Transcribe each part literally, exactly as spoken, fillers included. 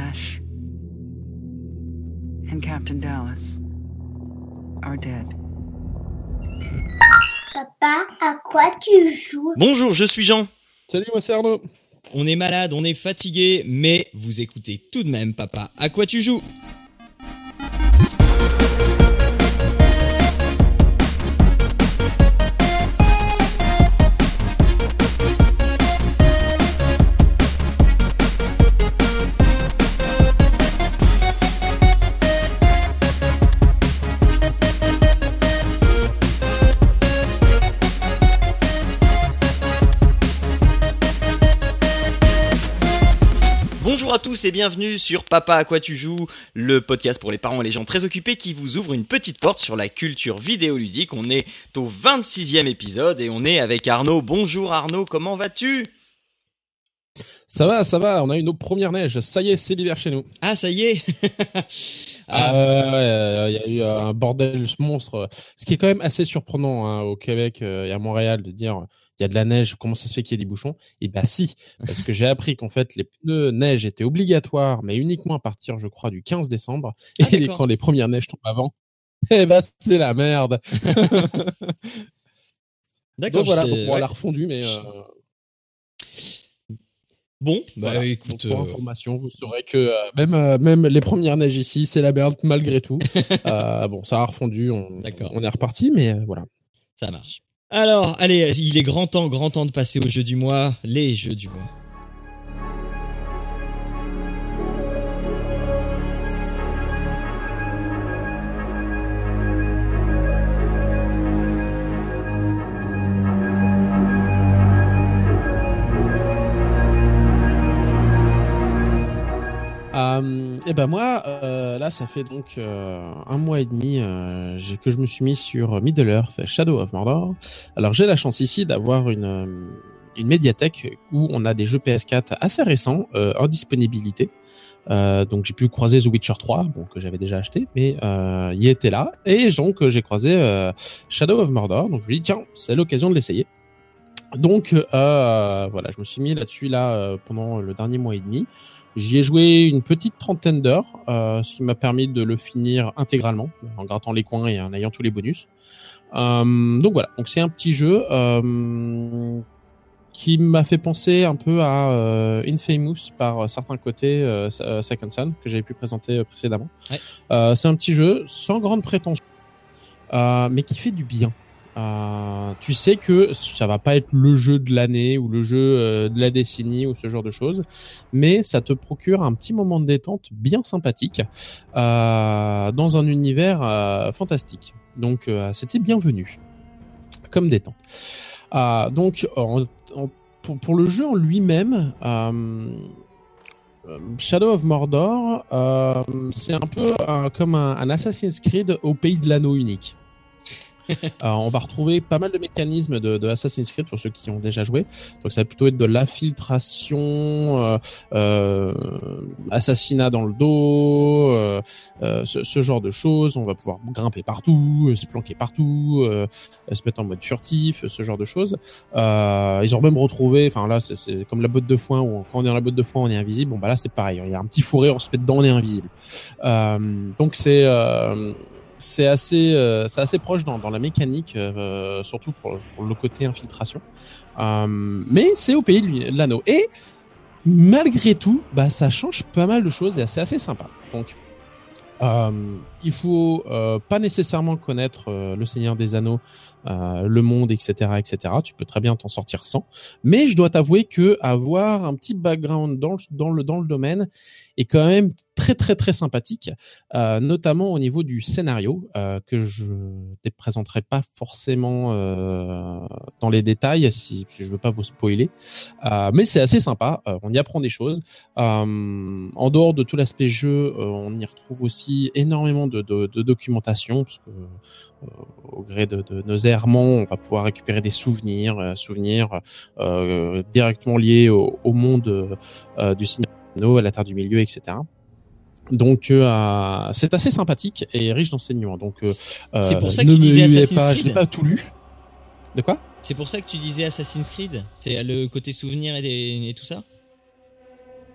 Ash and Captain Dallas are dead. Papa, à quoi tu joues? Bonjour, je suis Jean. Salut, moi c'est Arnaud. On est malade, on est fatigué, mais vous écoutez tout de même, papa. À quoi tu joues? Bonjour à tous et bienvenue sur Papa à quoi tu joues, le podcast pour les parents et les gens très occupés qui vous ouvre une petite porte sur la culture vidéoludique. On est au vingt-sixième épisode et on est avec Arnaud. Bonjour Arnaud, comment vas-tu? Ça va, ça va, on a eu nos premières neiges, ça y est, c'est l'hiver chez nous. Ah, ça y est. Ah ouais, il y a eu un bordel monstre. Ce qui est quand même assez surprenant hein, au Québec et à Montréal de dire il y a de la neige, comment ça se fait qu'il y ait des bouchons? Et bah si, parce que j'ai appris qu'en fait les pneus neige étaient obligatoires, mais uniquement à partir, je crois, du quinze décembre. Ah, et les, quand les premières neiges tombent avant, eh bah c'est la merde. D'accord. Donc voilà, je sais... bon, on ouais. l'a refondu, mais... Euh... Bon, bah voilà. écoute... Donc, pour euh... information, vous saurez que euh, même, euh, même les premières neiges ici, c'est la merde malgré tout. euh, bon, ça a refondu, on, on est reparti, mais euh, voilà. Ça marche. Alors, allez, il est grand temps, grand temps de passer aux jeux du mois, les jeux du mois. Euh, et ben moi, euh, là, ça fait donc euh, un mois et demi euh, j'ai, que je me suis mis sur Middle Earth, Shadow of Mordor. Alors j'ai la chance ici d'avoir une une médiathèque où on a des jeux P S quatre assez récents euh, en disponibilité. Euh, donc j'ai pu croiser The Witcher trois, bon que j'avais déjà acheté, mais euh, il était là. Et donc j'ai croisé euh, Shadow of Mordor. Donc je me dis tiens, c'est l'occasion de l'essayer. Donc euh, voilà, je me suis mis là-dessus là euh, pendant le dernier mois et demi. J'y ai joué une petite trentaine d'heures, euh, ce qui m'a permis de le finir intégralement, en grattant les coins et en ayant tous les bonus. Euh, donc voilà, donc c'est un petit jeu euh, qui m'a fait penser un peu à euh, Infamous par certains côtés, euh, Second Son, que j'avais pu présenter précédemment. Ouais. Euh, c'est un petit jeu sans grande prétention, euh, mais qui fait du bien. Euh, tu sais que ça va pas être le jeu de l'année ou le jeu euh, de la décennie ou ce genre de choses, mais ça te procure un petit moment de détente bien sympathique euh, dans un univers euh, fantastique. Donc euh, c'était bienvenu comme détente. Euh, donc en, en, pour, pour le jeu en lui-même, euh, Shadow of Mordor, euh, c'est un peu euh, comme un, un Assassin's Creed au pays de l'anneau unique. Euh, on va retrouver pas mal de mécanismes de, de Assassin's Creed pour ceux qui ont déjà joué. Donc ça va plutôt être de l'infiltration, euh, euh, assassinat dans le dos, euh, euh, ce, ce genre de choses. On va pouvoir grimper partout, se planquer partout, euh, se mettre en mode furtif, ce genre de choses. Euh, ils ont même retrouvé, enfin là c'est, c'est comme la botte de foin où quand on est dans la botte de foin on est invisible. Bon bah là c'est pareil, il y a un petit fourré, on se fait dedans, on est invisible. Euh, donc c'est euh, C'est assez, euh, c'est assez proche dans, dans la mécanique, euh, surtout pour, pour le côté infiltration. Euh, mais c'est au pays de l'anneau. Et malgré tout, bah, ça change pas mal de choses et c'est assez sympa. Donc, euh, il faut euh, pas nécessairement connaître euh, le Seigneur des Anneaux, euh, le monde, et cetera, et cetera. Tu peux très bien t'en sortir sans. Mais je dois t'avouer que avoir un petit background dans le, dans le, dans le domaine est quand même très très très sympathique, euh, notamment au niveau du scénario euh, que je ne présenterai pas forcément euh, dans les détails si, si je veux pas vous spoiler, euh, mais c'est assez sympa, euh, on y apprend des choses. Euh, en dehors de tout l'aspect jeu, euh, on y retrouve aussi énormément de, de, de documentation parce que euh, au gré de, de nos errements, on va pouvoir récupérer des souvenirs, euh, souvenirs euh, directement liés au, au monde euh, du Seigneur des Anneaux, à la Terre du Milieu, et cetera. Donc euh, c'est assez sympathique et riche d'enseignements. Donc euh, c'est pour ça que tu disais Assassin's pas, Creed. Je n'ai pas tout lu. De quoi? C'est pour ça que tu disais Assassin's Creed. C'est le côté souvenir et, des, et tout ça.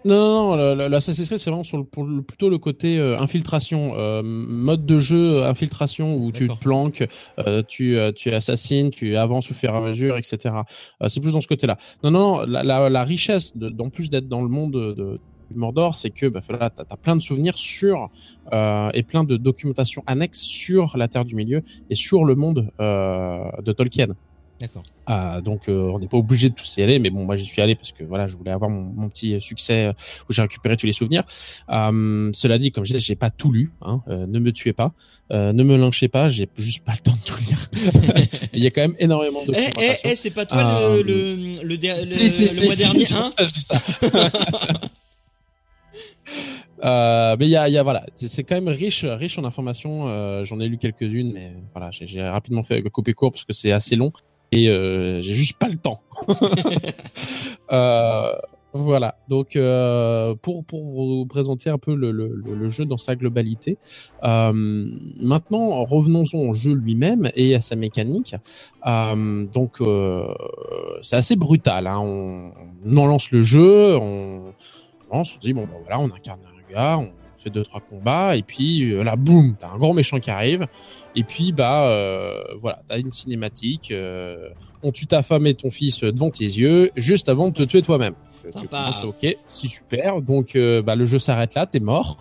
Non, non, non, l'Assassin's Creed c'est vraiment sur le, pour le, plutôt le côté euh, infiltration, euh, mode de jeu infiltration où D'accord. tu te planques, euh, tu euh, tu assassines, tu avances au fur et à mesure, et cetera. Euh, c'est plus dans ce côté-là. Non, non, non la, la, la richesse, de, en plus d'être dans le monde de, de du Mordor, c'est que bah, voilà, t'as, t'as plein de souvenirs sur euh, et plein de documentation annexe sur la Terre du Milieu et sur le monde euh, de Tolkien. D'accord. Ah, donc euh, on n'est pas obligé de tous y aller, mais bon, moi j'y suis allé parce que voilà, je voulais avoir mon, mon petit succès euh, où j'ai récupéré tous les souvenirs. Euh, cela dit, comme je disais, j'ai pas tout lu. Hein, euh, ne me tuez pas, euh, ne me lynchez pas, j'ai juste pas le temps de tout lire. Il y a quand même énormément de. Eh, eh, eh, c'est pas toi euh, le le le, der- si, le, si, le si, mois si, dernier, si, hein ça, je dis ça. Euh, mais il y a, il y a voilà, c'est, c'est quand même riche, riche en informations. Euh, j'en ai lu quelques-unes, mais voilà, j'ai, j'ai rapidement fait couper court parce que c'est assez long et euh, j'ai juste pas le temps. euh, voilà. Donc euh, pour pour vous présenter un peu le le, le jeu dans sa globalité. Euh, maintenant, revenons-en au jeu lui-même et à sa mécanique. Euh, donc euh, c'est assez brutal. Hein. On, on lance le jeu, on on se dit bon ben voilà, on incarne un gars, on fait deux trois combats et puis euh, là boum, t'as un gros méchant qui arrive et puis bah euh, voilà, t'as une cinématique, euh, on tue ta femme et ton fils devant tes yeux juste avant de te tuer toi-même. Sympa. C'est ok, si super. Donc euh, bah le jeu s'arrête là, t'es mort.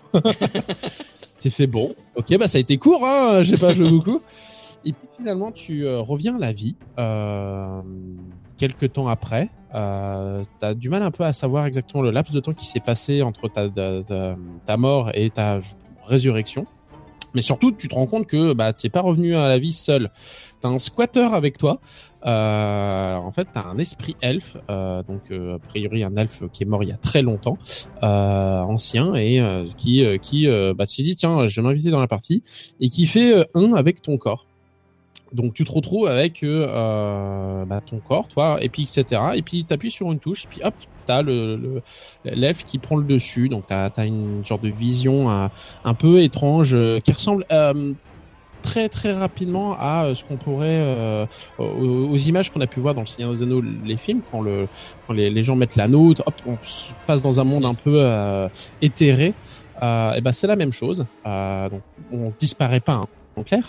T'es fait bon. Ok, bah ça a été court, hein, j'ai pas joué beaucoup. Et puis finalement tu euh, reviens à la vie euh, quelques temps après. Euh, t'as du mal un peu à savoir exactement le laps de temps qui s'est passé entre ta, ta, ta, ta mort et ta résurrection. Mais surtout, tu te rends compte que bah, tu n'es pas revenu à la vie seul. T'as un squatter avec toi. Euh, en fait, t'as un esprit elfe, euh, donc euh, a priori un elfe qui est mort il y a très longtemps, euh, ancien, et euh, qui, euh, qui euh, bah, s'est dit tiens, je vais m'inviter dans la partie, et qui fait euh, un avec ton corps. Donc tu te retrouves avec euh, bah, ton corps, toi, et puis et cetera. Et puis t'appuies sur une touche, et puis hop, t'as le, le l'elfe qui prend le dessus. Donc t'as t'as une sorte de vision euh, un peu étrange euh, qui ressemble euh, très très rapidement à euh, ce qu'on pourrait euh, aux, aux images qu'on a pu voir dans le Seigneur des Anneaux, les films, quand le quand les, les gens mettent l'anneau, hop, on passe dans un monde un peu euh, éthéré. Euh, et ben c'est la même chose. Euh, donc on disparaît pas. Hein. En clair,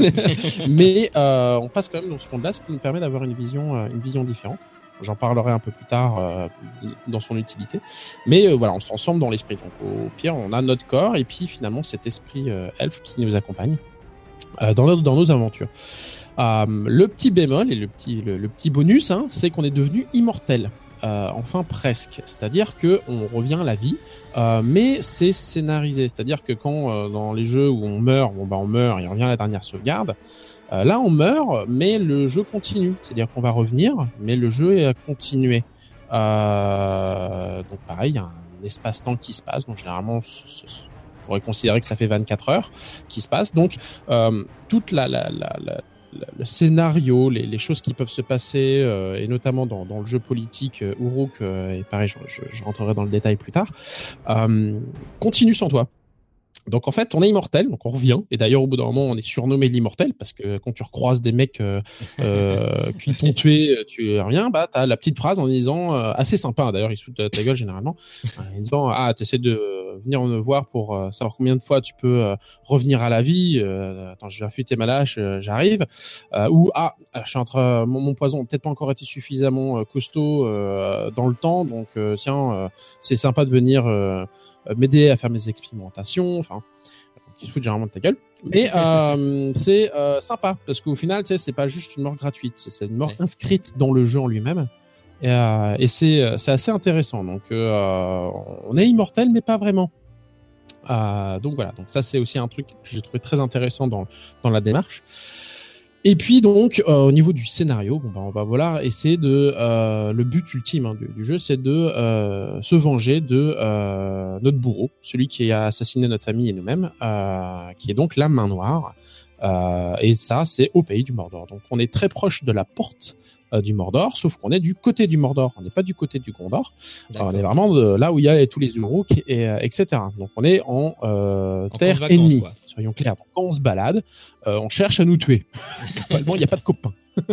mais euh, on passe quand même dans ce monde-là, ce qui nous permet d'avoir une vision, euh, une vision différente. J'en parlerai un peu plus tard euh, dans son utilité, mais euh, voilà, on se transforme dans l'esprit. Donc au pire, on a notre corps et puis finalement cet esprit euh, elfe qui nous accompagne euh, dans, notre, dans nos aventures. Euh, le petit bémol et le petit, le, le petit bonus, hein, c'est qu'on est devenu immortel. Euh, enfin presque, c'est-à-dire que on revient à la vie, euh, mais c'est scénarisé, c'est-à-dire que quand euh, dans les jeux où on meurt, bon bah on meurt, il revient à la dernière sauvegarde. Euh, là on meurt, mais le jeu continue, c'est-à-dire qu'on va revenir, mais le jeu est à continuer. Euh, donc pareil, il y a un espace-temps qui se passe, donc généralement on pourrait considérer que ça fait vingt-quatre heures qui se passe. Donc euh, toute la, la, la, la le scénario, les, les choses qui peuvent se passer, euh, et notamment dans, dans le jeu politique euh, Uruk, euh, et pareil, je, je, je rentrerai dans le détail plus tard, euh, continue sans toi. Donc en fait, on est immortel, donc on revient. Et d'ailleurs, au bout d'un moment, on est surnommé l'immortel parce que quand tu recroises des mecs euh, euh, qui t'ont tué, tu reviens, bah t'as la petite phrase en disant euh, assez sympa. D'ailleurs, ils se foutent de ta gueule généralement, en disant ah t'essaies de venir me voir pour euh, savoir combien de fois tu peux euh, revenir à la vie. Euh, attends, je vais affûter ma lâche, euh, j'arrive. Euh, ou ah, je suis entre mon, mon poison peut-être pas encore été suffisamment euh, costaud euh, dans le temps, donc euh, tiens, euh, c'est sympa de venir. Euh, m'aider à faire mes expérimentations, enfin, qui se foutent généralement de ta gueule. Mais euh, c'est euh, sympa parce qu'au final, tu sais, c'est pas juste une mort gratuite, c'est une mort ouais. inscrite dans le jeu en lui-même. Et, euh, et c'est c'est assez intéressant. Donc, euh, on est immortel, mais pas vraiment. Euh, donc voilà. Donc ça, c'est aussi un truc que j'ai trouvé très intéressant dans dans la démarche. Et puis donc euh, au niveau du scénario, bon bah on va voilà essayer de euh, le but ultime hein, du, du jeu, c'est de euh, se venger de euh, notre bourreau, celui qui a assassiné notre famille et nous-mêmes, euh, qui est donc la Main Noire. Euh, et ça, c'est au pays du Mordor. Donc on est très proche de la porte euh, du Mordor, sauf qu'on est du côté du Mordor, on n'est pas du côté du Gondor. Euh, on est vraiment de, là où il y a tous les Uruk et euh, et cetera. Donc on est en, euh, en terre vacances, ennemie. Quoi. Soyons clairs. Donc, quand on se balade, euh, on cherche à nous tuer. Globalement, il n'y a pas de copains.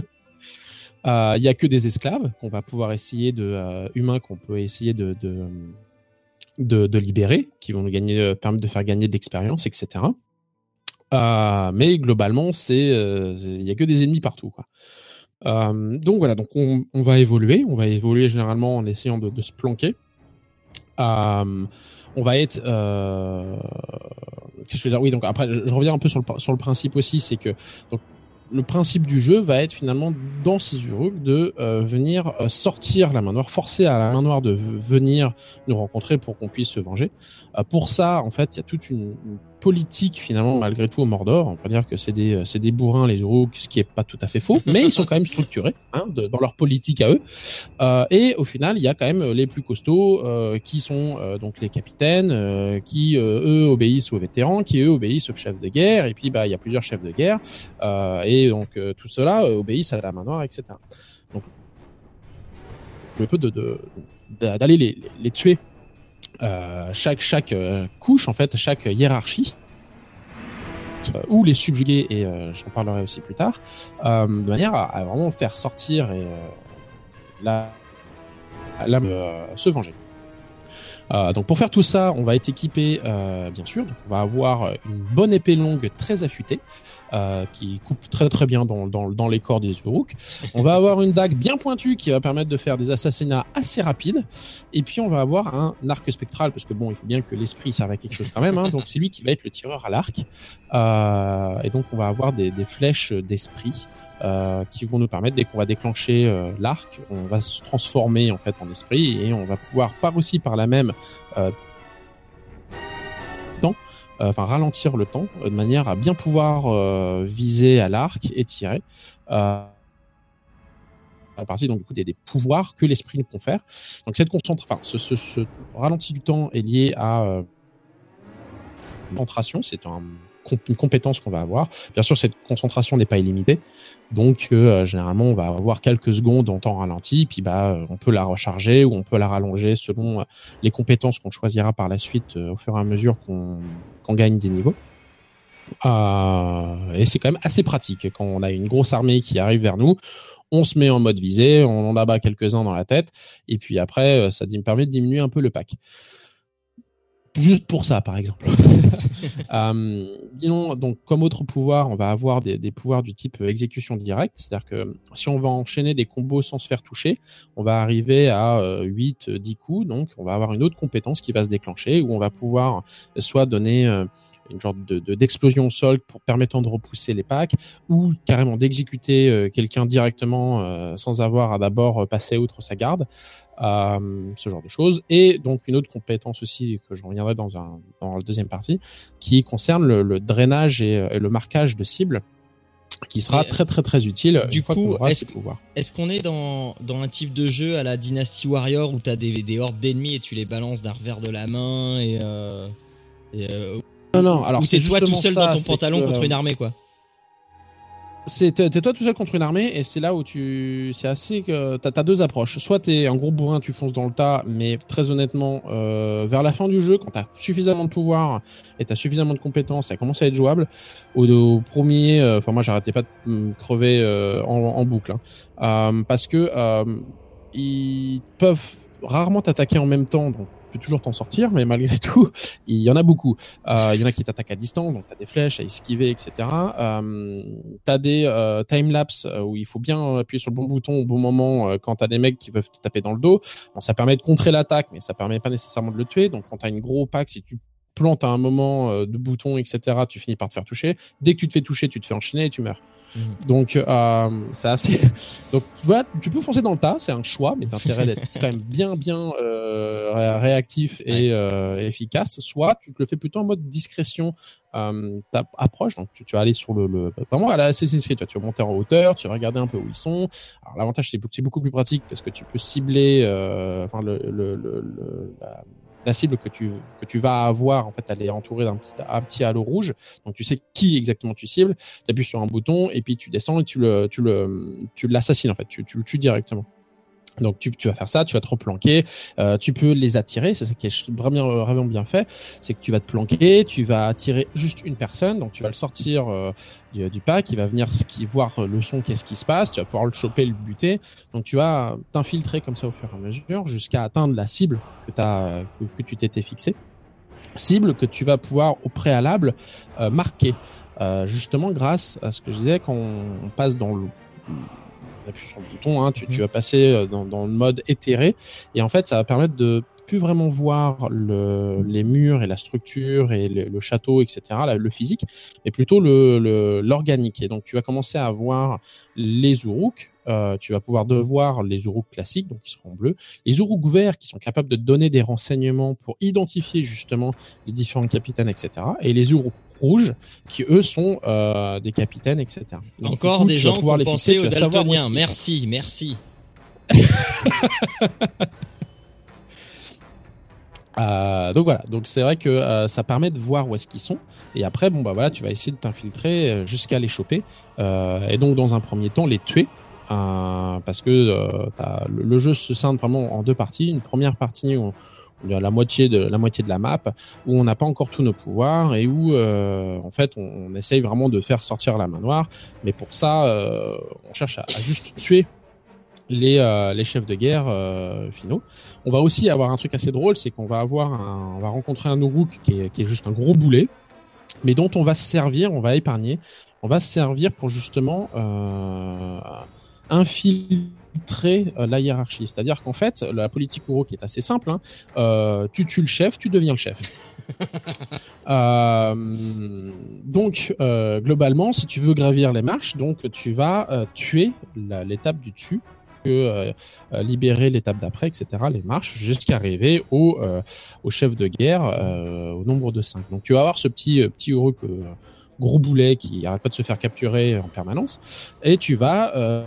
Il euh, y a que des esclaves qu'on va pouvoir essayer de euh, humains qu'on peut essayer de, de de, de libérer, qui vont nous gagner, euh, permettre de faire gagner de l'expérience, et cetera. Euh, mais globalement, c'est, euh, il y a que des ennemis partout, quoi. Euh, donc voilà, donc on, on va évoluer, on va évoluer généralement en essayant de, de se planquer. Euh, on va être, euh, qu'est-ce que je veux dire ? Oui, donc après, je, je reviens un peu sur le sur le principe aussi, c'est que donc le principe du jeu va être finalement dans ces Uruk de euh, venir euh, sortir la main noire, forcer à la main noire de v- venir nous rencontrer pour qu'on puisse se venger. Euh, pour ça, en fait, il y a toute une, une politique finalement malgré tout au Mordor. On peut dire que c'est des c'est des bourrins les Uruk, ce qui est pas tout à fait faux, mais ils sont quand même structurés hein, de, dans leur politique à eux. Euh, et au final, il y a quand même les plus costauds euh, qui sont euh, donc les capitaines, euh, qui euh, eux obéissent aux vétérans, qui eux obéissent aux chefs de guerre. Et puis bah il y a plusieurs chefs de guerre euh, et donc euh, tout cela euh, obéissent à la main noire, et cetera. Donc le peu de, de d'aller les, les tuer. Euh, chaque chaque euh, couche en fait, chaque hiérarchie euh, ou les subjuguer et euh, j'en parlerai aussi plus tard euh, de manière à, à vraiment faire sortir et euh, la la euh, se venger. Euh, donc pour faire tout ça, on va être équipé euh, bien sûr, donc on va avoir une bonne épée longue très affûtée euh, qui coupe très très bien dans, dans, dans les corps des Uruk. On va avoir une dague bien pointue qui va permettre de faire des assassinats assez rapides. Et puis on va avoir un arc spectral parce que bon, il faut bien que l'esprit serve à quelque chose quand même. Hein, donc c'est lui qui va être le tireur à l'arc. Euh, et donc on va avoir des, des flèches d'esprit euh, qui vont nous permettre dès qu'on va déclencher euh, l'arc, on va se transformer en fait en esprit et on va pouvoir par aussi par la même euh, temps, euh, enfin ralentir le temps euh, de manière à bien pouvoir euh, viser à l'arc et tirer. Euh, à partir donc du coup des, des pouvoirs que l'esprit nous confère. Donc cette concentration, enfin ce, ce, ce ralenti du temps est lié à euh, concentration, c'est un une compétence qu'on va avoir. Bien sûr, cette concentration n'est pas illimitée, donc euh, généralement on va avoir quelques secondes en temps ralenti, puis bah on peut la recharger ou on peut la rallonger selon euh, les compétences qu'on choisira par la suite euh, au fur et à mesure qu'on, qu'on gagne des niveaux. Euh, et c'est quand même assez pratique quand on a une grosse armée qui arrive vers nous. On se met en mode visée, on en abat quelques-uns dans la tête, et puis après ça me permet de diminuer un peu le pack. Juste pour ça, par exemple. euh, disons, donc, comme autre pouvoir, on va avoir des, des pouvoirs du type exécution directe. C'est-à-dire que si on va enchaîner des combos sans se faire toucher, on va arriver à euh, huit, dix coups. Donc, on va avoir une autre compétence qui va se déclencher où on va pouvoir soit donner euh, une sorte de, de, d'explosion au sol pour permettant de repousser les packs ou carrément d'exécuter euh, quelqu'un directement euh, sans avoir à d'abord passer outre sa garde. Euh, ce genre de choses. Et donc une autre compétence aussi que je reviendrai dans, un, dans la deuxième partie qui concerne le, le drainage et, et le marquage de cibles qui sera et très très très utile du coup est-ce, est-ce qu'on est dans, dans un type de jeu à la Dynasty Warrior où t'as des, des hordes d'ennemis et tu les balances d'un revers de la main et, euh, et euh, non non alors ou c'est t'es toi tout seul ça, dans ton pantalon que, contre une armée quoi. C'est t'es toi tout seul contre une armée et c'est là où tu c'est assez que t'as, t'as deux approches. Soit t'es un gros bourrin, tu fonces dans le tas, mais très honnêtement euh, vers la fin du jeu quand t'as suffisamment de pouvoir et t'as suffisamment de compétences, ça commence à être jouable. Au, au premier, enfin euh, moi j'arrêtais pas de me crever euh, en, en boucle hein. euh, parce que euh, ils peuvent rarement t'attaquer en même temps donc tu peux toujours t'en sortir, mais malgré tout, il y en a beaucoup. Euh, il y en a qui t'attaquent à distance, donc t'as des flèches à esquiver, et cetera. Euh, t'as des euh, time-lapse où il faut bien appuyer sur le bon bouton au bon moment euh, quand t'as des mecs qui peuvent te taper dans le dos. Bon, ça permet de contrer l'attaque, mais ça permet pas nécessairement de le tuer. Donc quand t'as une gros pack, si tu plantes à un moment euh, de bouton, et cetera, tu finis par te faire toucher. Dès que tu te fais toucher, tu te fais enchaîner et tu meurs. Mmh. Donc, euh, c'est assez. Donc, tu vois, tu peux foncer dans le tas, c'est un choix, mais t'as intérêt d'être quand même bien, bien euh, réactif et ouais. euh, efficace. Soit tu te le fais plutôt en mode discrétion. Euh, ta approche, donc tu, tu vas aller sur le, le vraiment à la Assassin's Creed, toi, tu vas monter en hauteur, tu vas regarder un peu où ils sont. Alors l'avantage c'est, c'est beaucoup plus pratique parce que tu peux cibler, euh, enfin le, le, le, le la, la cible que tu que tu vas avoir en fait elle est entourée d'un petit un petit halo rouge, donc tu sais qui exactement tu cibles, tu appuies sur un bouton et puis tu descends et tu le tu le tu l'assassines en fait, tu tu le tues directement. Donc tu, tu vas faire ça, tu vas te replanquer, euh, tu peux les attirer, c'est ça qui est vraiment, vraiment bien fait, c'est que tu vas te planquer, tu vas attirer juste une personne, donc tu vas le sortir euh, du, du pack, il va venir ski, voir le son, qu'est-ce qui se passe, tu vas pouvoir le choper, le buter, donc tu vas t'infiltrer comme ça au fur et à mesure jusqu'à atteindre la cible que, t'as, que, que tu t'étais fixée, cible que tu vas pouvoir au préalable euh, marquer, euh, justement grâce à ce que je disais quand on, on passe dans le... On appuie sur le bouton, hein, tu, tu vas passer dans, dans le mode éthéré et en fait ça va permettre de plus vraiment voir le, les murs et la structure et le, le château, et cetera, là, le physique, mais plutôt le, le, l'organique. Et donc tu vas commencer à voir les Uruk, euh, tu vas pouvoir de voir les Uruk classiques, donc qui seront bleus, les Uruk verts qui sont capables de te donner des renseignements pour identifier justement les différents capitaines, et cetera, et les Uruk rouges qui eux sont euh, des capitaines, et cetera. Donc, encore coup, des gens qui ont pensé aux daltoniens. Merci, sont. merci. Euh, donc voilà, donc c'est vrai que euh, ça permet de voir où est-ce qu'ils sont et après bon bah voilà tu vas essayer de t'infiltrer jusqu'à les choper euh, et donc dans un premier temps les tuer euh, parce que euh, t'as, le, le jeu se scinde vraiment en deux parties. Une première partie où il y a la moitié de la moitié de la map où on n'a pas encore tous nos pouvoirs et où euh, en fait on, on essaye vraiment de faire sortir la main noire, mais pour ça euh, on cherche à, à juste tuer les euh, les chefs de guerre euh, finaux. On va aussi avoir un truc assez drôle, c'est qu'on va avoir un, on va rencontrer un Uruk qui est qui est juste un gros boulet, mais dont on va se servir, on va épargner, on va se servir pour justement euh, infiltrer euh, la hiérarchie. C'est-à-dire qu'en fait, la politique Uruk est assez simple. Hein. Euh, tu tues le chef, tu deviens le chef. euh, donc euh, globalement, si tu veux gravir les marches, donc tu vas euh, tuer la, l'étape du dessus. Que euh, libérer l'étape d'après, et cetera, les marches, jusqu'à arriver au, euh, au chef de guerre euh, au nombre de cinq. Donc tu vas avoir ce petit, euh, petit Uruk euh, gros boulet qui arrête pas de se faire capturer en permanence, et tu vas euh,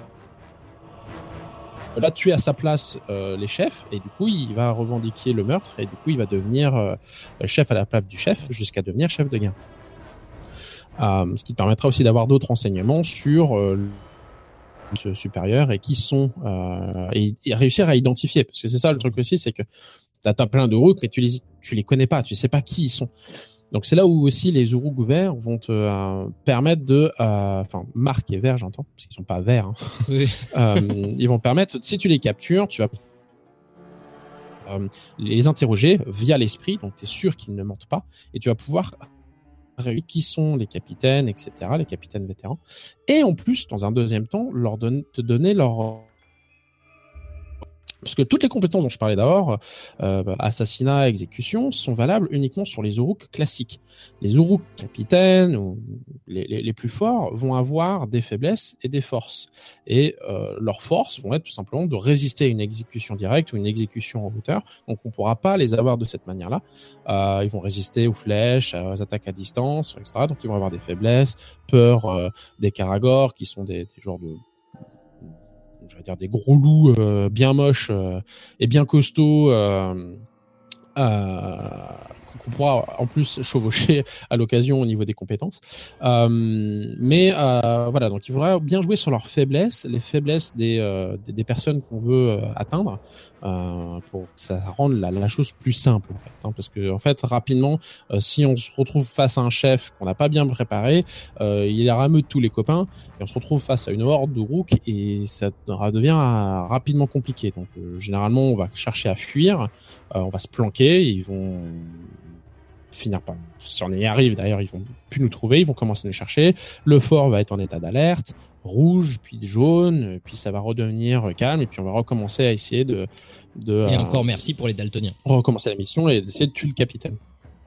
là tuer à sa place euh, les chefs, et du coup il va revendiquer le meurtre, et du coup il va devenir euh, chef à la place du chef, jusqu'à devenir chef de guerre. Euh, ce qui te permettra aussi d'avoir d'autres renseignements sur euh, supérieurs et qui sont euh, et, et réussir à identifier, parce que c'est ça le truc aussi, c'est que t'as, t'as plein d'Uruk mais tu les tu les connais pas, tu sais pas qui ils sont. Donc c'est là où aussi les Uruk verts vont te euh, permettre de euh, enfin marquer verts, j'entends, parce qu'ils sont pas verts, hein. Oui. euh, ils vont permettre, si tu les captures, tu vas euh, les interroger via l'esprit, donc tu es sûr qu'ils ne mentent pas, et tu vas pouvoir qui sont les capitaines, et cetera, les capitaines vétérans. Et en plus, dans un deuxième temps, leur donner, te donner leur... Parce que toutes les compétences dont je parlais d'abord, euh, assassinat, exécution, sont valables uniquement sur les Uruk classiques. Les Uruk capitaines, ou les, les, les plus forts, vont avoir des faiblesses et des forces. Et euh, leurs forces vont être tout simplement de résister à une exécution directe ou une exécution en hauteur. Donc on ne pourra pas les avoir de cette manière-là. Euh, ils vont résister aux flèches, aux attaques à distance, et cetera. Donc ils vont avoir des faiblesses, peur euh, des Karagors, qui sont des, des genres de... je vais dire des gros loups euh, bien moches euh, et bien costauds euh, euh, qu'on pourra en plus chevaucher à l'occasion au niveau des compétences. Euh, mais euh, voilà, donc il faudra bien jouer sur leurs faiblesses, les faiblesses des, euh, des, des personnes qu'on veut euh, atteindre euh, pour que ça rende la, la chose plus simple en fait, hein, parce que en fait rapidement, euh, si on se retrouve face à un chef qu'on n'a pas bien préparé, euh, il rameute tous les copains et on se retrouve face à une horde d'Uruk et ça devient euh, rapidement compliqué. Donc euh, généralement on va chercher à fuir, euh, on va se planquer, ils vont finir par, si on y arrive d'ailleurs, ils vont plus nous trouver, ils vont commencer à nous chercher, le fort va être en état d'alerte, rouge, puis jaune, puis ça va redevenir calme, et puis on va recommencer à essayer de... de et euh, encore merci pour les daltoniens. Recommencer la mission et essayer de tuer le capitaine.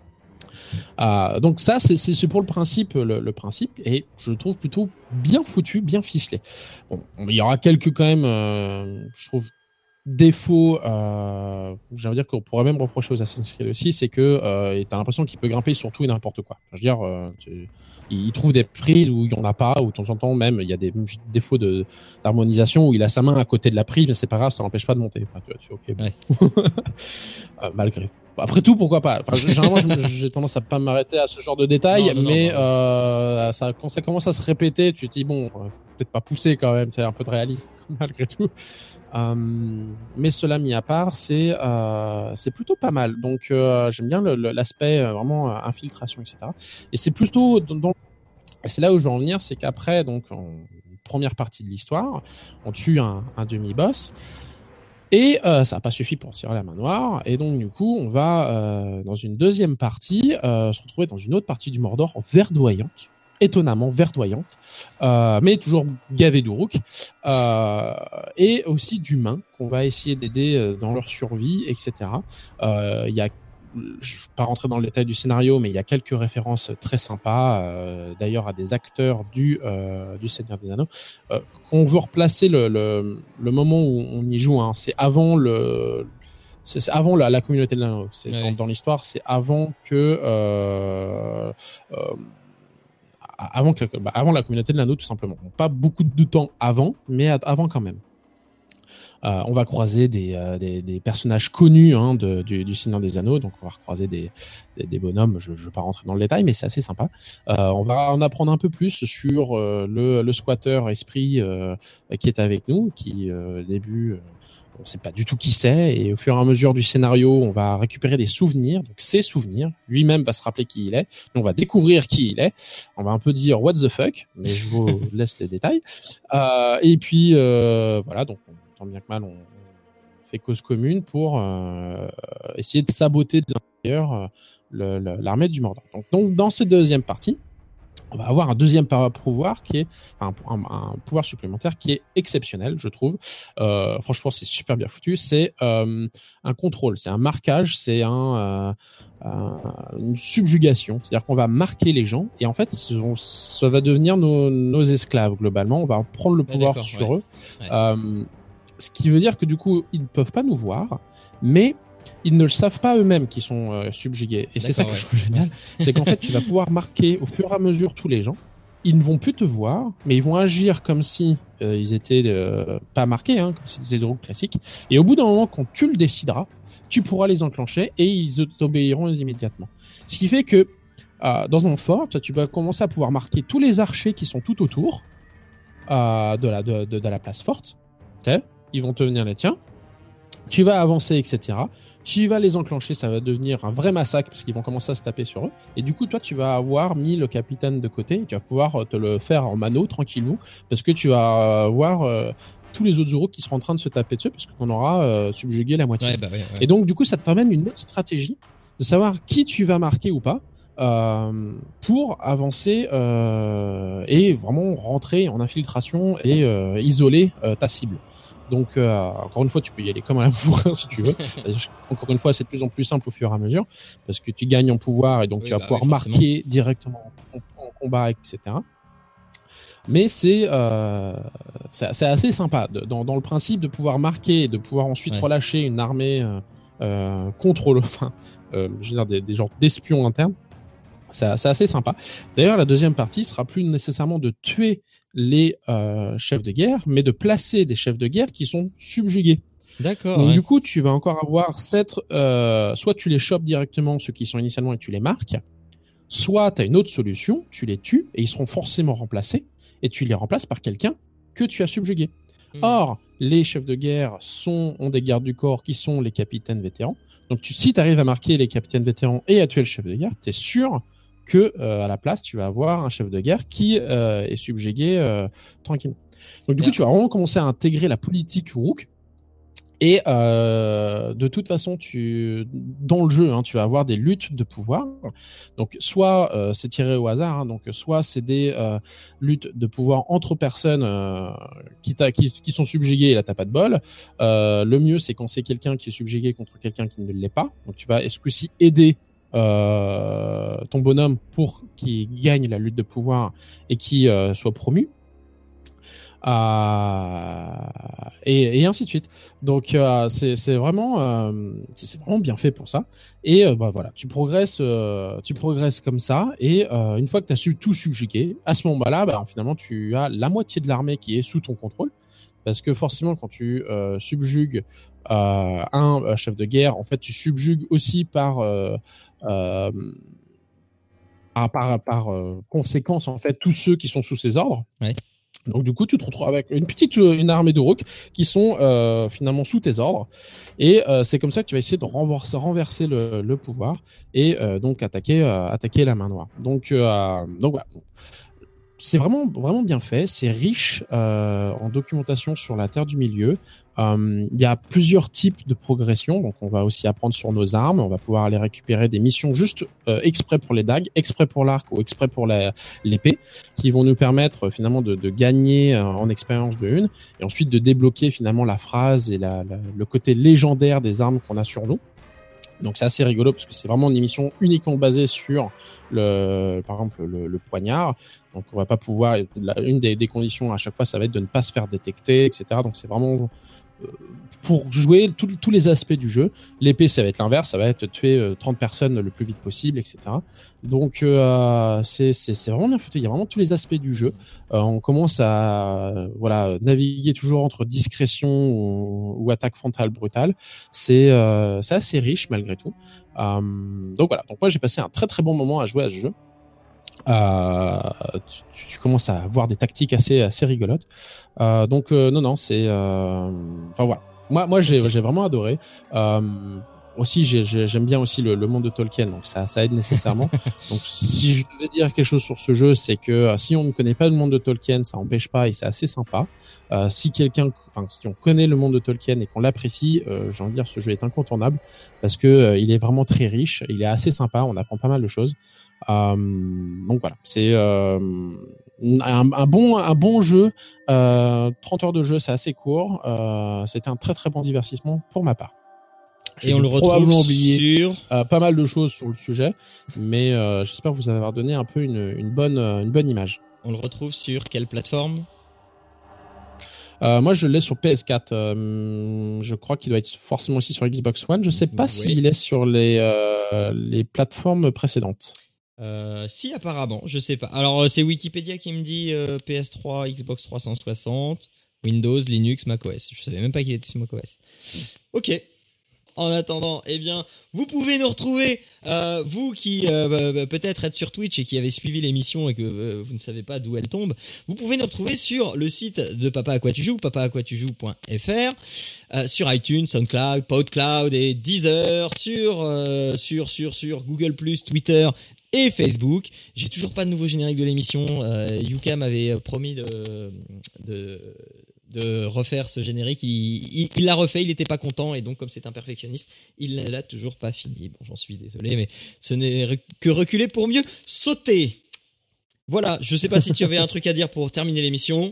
Euh, donc ça, c'est, c'est, c'est pour le principe, le, le principe, et je le trouve plutôt bien foutu, bien ficelé. Bon, il y aura quelques quand même, euh, je trouve, défaut, euh, j'ai envie de dire qu'on pourrait même reprocher aux Assassin's Creed aussi, c'est que euh, t'as l'impression qu'il peut grimper sur tout et n'importe quoi. Enfin, je veux dire, euh, tu, il trouve des prises où il y en a pas, ou de temps en temps même il y a des défauts de d'harmonisation où il a sa main à côté de la prise, mais c'est pas grave, ça n'empêche pas de monter. Enfin, tu vois, tu, okay, bon. Ouais. euh, malgré. Après tout, pourquoi pas. Enfin, généralement, je- j'ai tendance à pas m'arrêter à ce genre de détails, Non, non, non, mais non, non. Euh, ça, quand ça commence à se répéter, tu te dis bon, euh, faut peut-être pas pousser quand même, c'est un peu de réalisme malgré tout. Euh, mais cela mis à part, c'est euh, c'est plutôt pas mal. Donc euh, j'aime bien le- le- l'aspect euh, vraiment euh, infiltration, et cetera. Et c'est plutôt dans, dans- c'est là où je veux en venir, c'est qu'après donc en première partie de l'histoire, on tue un, un demi-boss. Et euh, ça n'a pas suffi pour tirer la main noire. Et donc, du coup, on va, euh, dans une deuxième partie, euh, se retrouver dans une autre partie du Mordor verdoyante. Étonnamment verdoyante. Euh, mais toujours gavée d'Uruk. Euh, et aussi d'humains qu'on va essayer d'aider euh, dans leur survie, et cetera. Euh, Il y a je ne vais pas rentrer dans le détail du scénario, mais il y a quelques références très sympas, euh, d'ailleurs à des acteurs du euh, du Seigneur des Anneaux. Euh, qu'on veut replacer le, le le moment où on y joue, hein, c'est avant le c'est c'est avant la, la communauté de l'anneau. C'est Ouais. dans, dans l'histoire, c'est avant que euh, euh, avant que bah, avant la communauté de l'anneau tout simplement. Pas beaucoup de temps avant, mais avant quand même. Euh, on va croiser des, euh, des, des personnages connus hein, de, du, du Seigneur des Anneaux, donc on va recroiser des, des, des bonhommes, je ne veux pas rentrer dans le détail, mais c'est assez sympa. Euh, on va en apprendre un peu plus sur euh, le, le squatter esprit euh, qui est avec nous, qui euh, au début... Euh, on ne sait pas du tout qui c'est, et au fur et à mesure du scénario, on va récupérer des souvenirs, donc ses souvenirs, lui-même va se rappeler qui il est, on va découvrir qui il est, on va un peu dire what the fuck, mais je vous laisse les détails. Euh, et puis euh, voilà, donc tant bien que mal, on fait cause commune pour euh, essayer de saboter de l'intérieur euh, le, le, l'armée du Mordor. Donc, donc dans cette deuxième partie, on va avoir un deuxième pouvoir qui est enfin, un, un pouvoir supplémentaire qui est exceptionnel, je trouve. Euh, franchement, c'est super bien foutu. C'est euh, un contrôle, c'est un marquage, c'est un, euh, un une subjugation. C'est-à-dire qu'on va marquer les gens et en fait, on, ça va devenir nos, nos esclaves globalement. On va prendre le pouvoir Ouais, sur ouais. eux. Ouais. Euh, ce qui veut dire que du coup, ils ne peuvent pas nous voir, mais ils ne le savent pas eux-mêmes qu'ils sont euh, subjugués. Et c'est ça que D'accord, je trouve génial. C'est qu'en fait, tu vas pouvoir marquer au fur et à mesure tous les gens. Ils ne vont plus te voir, mais ils vont agir comme si euh, ils étaient euh, pas marqués, hein, comme si c'était des héros classiques. Et au bout d'un moment, quand tu le décideras, tu pourras les enclencher et ils t'obéiront immédiatement. Ce qui fait que euh, dans un fort, toi, tu vas commencer à pouvoir marquer tous les archers qui sont tout autour euh, de, la, de, de, de la place forte. Okay, ils vont te venir les tiens. Tu vas avancer, et cetera. Tu vas les enclencher, ça va devenir un vrai massacre parce qu'ils vont commencer à se taper sur eux. Et du coup, toi, tu vas avoir mis le capitaine de côté et tu vas pouvoir te le faire en mano, tranquillou, parce que tu vas voir euh, tous les autres euros qui seront en train de se taper dessus parce qu'on aura euh, subjugué la moitié. Ouais, bah ouais, ouais. Et donc, du coup, ça te permet une autre stratégie de savoir qui tu vas marquer ou pas euh, pour avancer euh, et vraiment rentrer en infiltration et euh, isoler euh, ta cible. Donc, euh, encore une fois, tu peux y aller comme à la bourrin si tu veux. Encore une fois, c'est de plus en plus simple au fur et à mesure parce que tu gagnes en pouvoir et donc Oui, tu vas bah pouvoir oui, forcément. marquer directement en, en combat, et cetera. Mais c'est euh, c'est c'est assez sympa de, dans, dans le principe de pouvoir marquer et de pouvoir ensuite Ouais. relâcher une armée euh, euh, contre le, enfin, euh, je veux dire des, des genres d'espions internes. C'est c'est assez sympa. D'ailleurs, la deuxième partie sera plus nécessairement de tuer les euh, chefs de guerre, mais de placer des chefs de guerre qui sont subjugués. D'accord. Donc Ouais. du coup, tu vas encore avoir cette, euh, soit tu les chopes directement ceux qui sont initialement et tu les marques, soit tu as une autre solution, tu les tues et ils seront forcément remplacés et tu les remplaces par quelqu'un que tu as subjugué. Hmm. Or, les chefs de guerre sont, ont des gardes du corps qui sont les capitaines vétérans. Donc, tu, si tu arrives à marquer les capitaines vétérans et à tuer le chef de guerre, tu es sûr que euh, à la place, tu vas avoir un chef de guerre qui euh, est subjugué euh, tranquillement. Donc, du Bien. coup, tu vas vraiment commencer à intégrer la politique Uruk. Et euh, de toute façon, tu dans le jeu, hein, tu vas avoir des luttes de pouvoir. Donc, soit euh, c'est tiré au hasard, hein, donc soit c'est des euh, luttes de pouvoir entre personnes euh, qui, t'a, qui, qui sont subjuguées et là t'as pas de bol. Euh, le mieux, c'est quand c'est quelqu'un qui est subjugué contre quelqu'un qui ne l'est pas. Donc, tu vas ce coup-ci aider euh, ton bonhomme pour qu'il gagne la lutte de pouvoir et qu'il euh, soit promu. Euh, et, et ainsi de suite. Donc euh, c'est, c'est vraiment euh, c'est vraiment bien fait pour ça. Et euh, bah voilà, tu progresses, euh, tu progresses comme ça. Et euh, une fois que tu as su tout subjuguer, à ce moment-là, bah, finalement tu as la moitié de l'armée qui est sous ton contrôle. Parce que forcément, quand tu euh, subjugues euh, un euh, chef de guerre, en fait, tu subjugues aussi par euh, euh, par, par, par euh, conséquence en fait tous ceux qui sont sous ses ordres. Ouais. Donc du coup, tu te retrouves avec une petite une armée de Uruk qui sont euh, finalement sous tes ordres, et euh, c'est comme ça que tu vas essayer de renverser, renverser le, le pouvoir et euh, donc attaquer euh, attaquer la main noire. Donc euh, donc voilà. C'est vraiment vraiment bien fait, c'est riche euh, en documentation sur la Terre du Milieu. Euh, il y a plusieurs types de progression, donc on va aussi apprendre sur nos armes, on va pouvoir aller récupérer des missions juste euh, exprès pour les dagues, exprès pour l'arc ou exprès pour la, l'épée, qui vont nous permettre euh, finalement de, de gagner euh, en expérience de une, et ensuite de débloquer finalement la phrase et la, la, le côté légendaire des armes qu'on a sur nous. Donc c'est assez rigolo parce que c'est vraiment une émission uniquement basée sur le, par exemple le, le poignard. Donc on va pas pouvoir, une des, des conditions à chaque fois, ça va être de ne pas se faire détecter, et cetera. Donc c'est vraiment euh, pour jouer tous tous les aspects du jeu. L'épée, ça va être l'inverse, ça va être tuer euh, trente personnes le plus vite possible, et cetera. Donc euh, c'est c'est c'est vraiment bien foutu. Il y a vraiment tous les aspects du jeu. Euh, on commence à euh, voilà naviguer toujours entre discrétion ou, ou attaque frontale brutale. C'est euh, c'est assez riche malgré tout. Euh, donc voilà. Donc moi j'ai passé un très très bon moment à jouer à ce jeu. Euh, tu, tu commences à avoir des tactiques assez assez rigolotes. Euh, donc euh, non non c'est euh, enfin voilà. Moi moi j'ai j'ai vraiment adoré. Euh, aussi j'ai, j'ai, j'aime bien aussi le, le monde de Tolkien, donc ça ça aide nécessairement. Donc si je devais dire quelque chose sur ce jeu, c'est que euh, si on ne connaît pas le monde de Tolkien, ça empêche pas et c'est assez sympa. Euh, si quelqu'un, enfin si on connaît le monde de Tolkien et qu'on l'apprécie, euh, j'ai envie de dire ce jeu est incontournable parce que euh, il est vraiment très riche, il est assez sympa, on apprend pas mal de choses. Euh, donc voilà, c'est euh, un, un bon un bon jeu. Euh, trente heures de jeu, c'est assez court. Euh, c'était un très très bon divertissement pour ma part. J'ai et on le retrouve sur euh, pas mal de choses sur le sujet, mais euh, j'espère vous avoir donné un peu une, une bonne une bonne image. On le retrouve sur quelle plateforme? Euh, moi, je l'ai sur P S quatre. Euh, je crois qu'il doit être forcément aussi sur Xbox One. Je sais pas oui. s'il est sur les euh, les plateformes précédentes. Euh, si apparemment, je sais pas. Alors c'est Wikipédia qui me dit euh, P S trois, Xbox trois cent soixante, Windows, Linux, macOS. Je savais même pas qu'il était sur macOS. Ok. En attendant, eh bien, vous pouvez nous retrouver, euh, vous qui euh, peut-être êtes sur Twitch et qui avez suivi l'émission et que euh, vous ne savez pas d'où elle tombe, vous pouvez nous retrouver sur le site de Papa à quoi tu joues, papa à quoi tu joues point f r, euh, sur iTunes, SoundCloud, PodCloud et Deezer, sur euh, sur sur sur Google plus, Twitter et Facebook. J'ai toujours pas de nouveau générique de l'émission. Euh, Yuka m'avait promis de de de refaire ce générique. Il, il, il l'a refait, il était pas content et donc comme c'est un perfectionniste, il l'a toujours pas fini. Bon, j'en suis désolé, mais ce n'est que reculer pour mieux sauter. Voilà, je sais pas si tu avais un truc à dire pour terminer l'émission.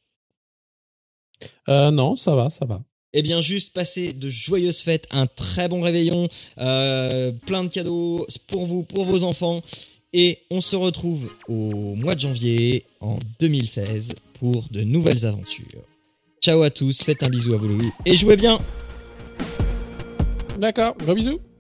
Euh, non, ça va, ça va. Eh bien, juste passer de joyeuses fêtes, un très bon réveillon, euh, plein de cadeaux pour vous, pour vos enfants. Et on se retrouve au mois de janvier en deux mille seize pour de nouvelles aventures. Ciao à tous, faites un bisou à vos loulous et jouez bien. D'accord, gros bisous.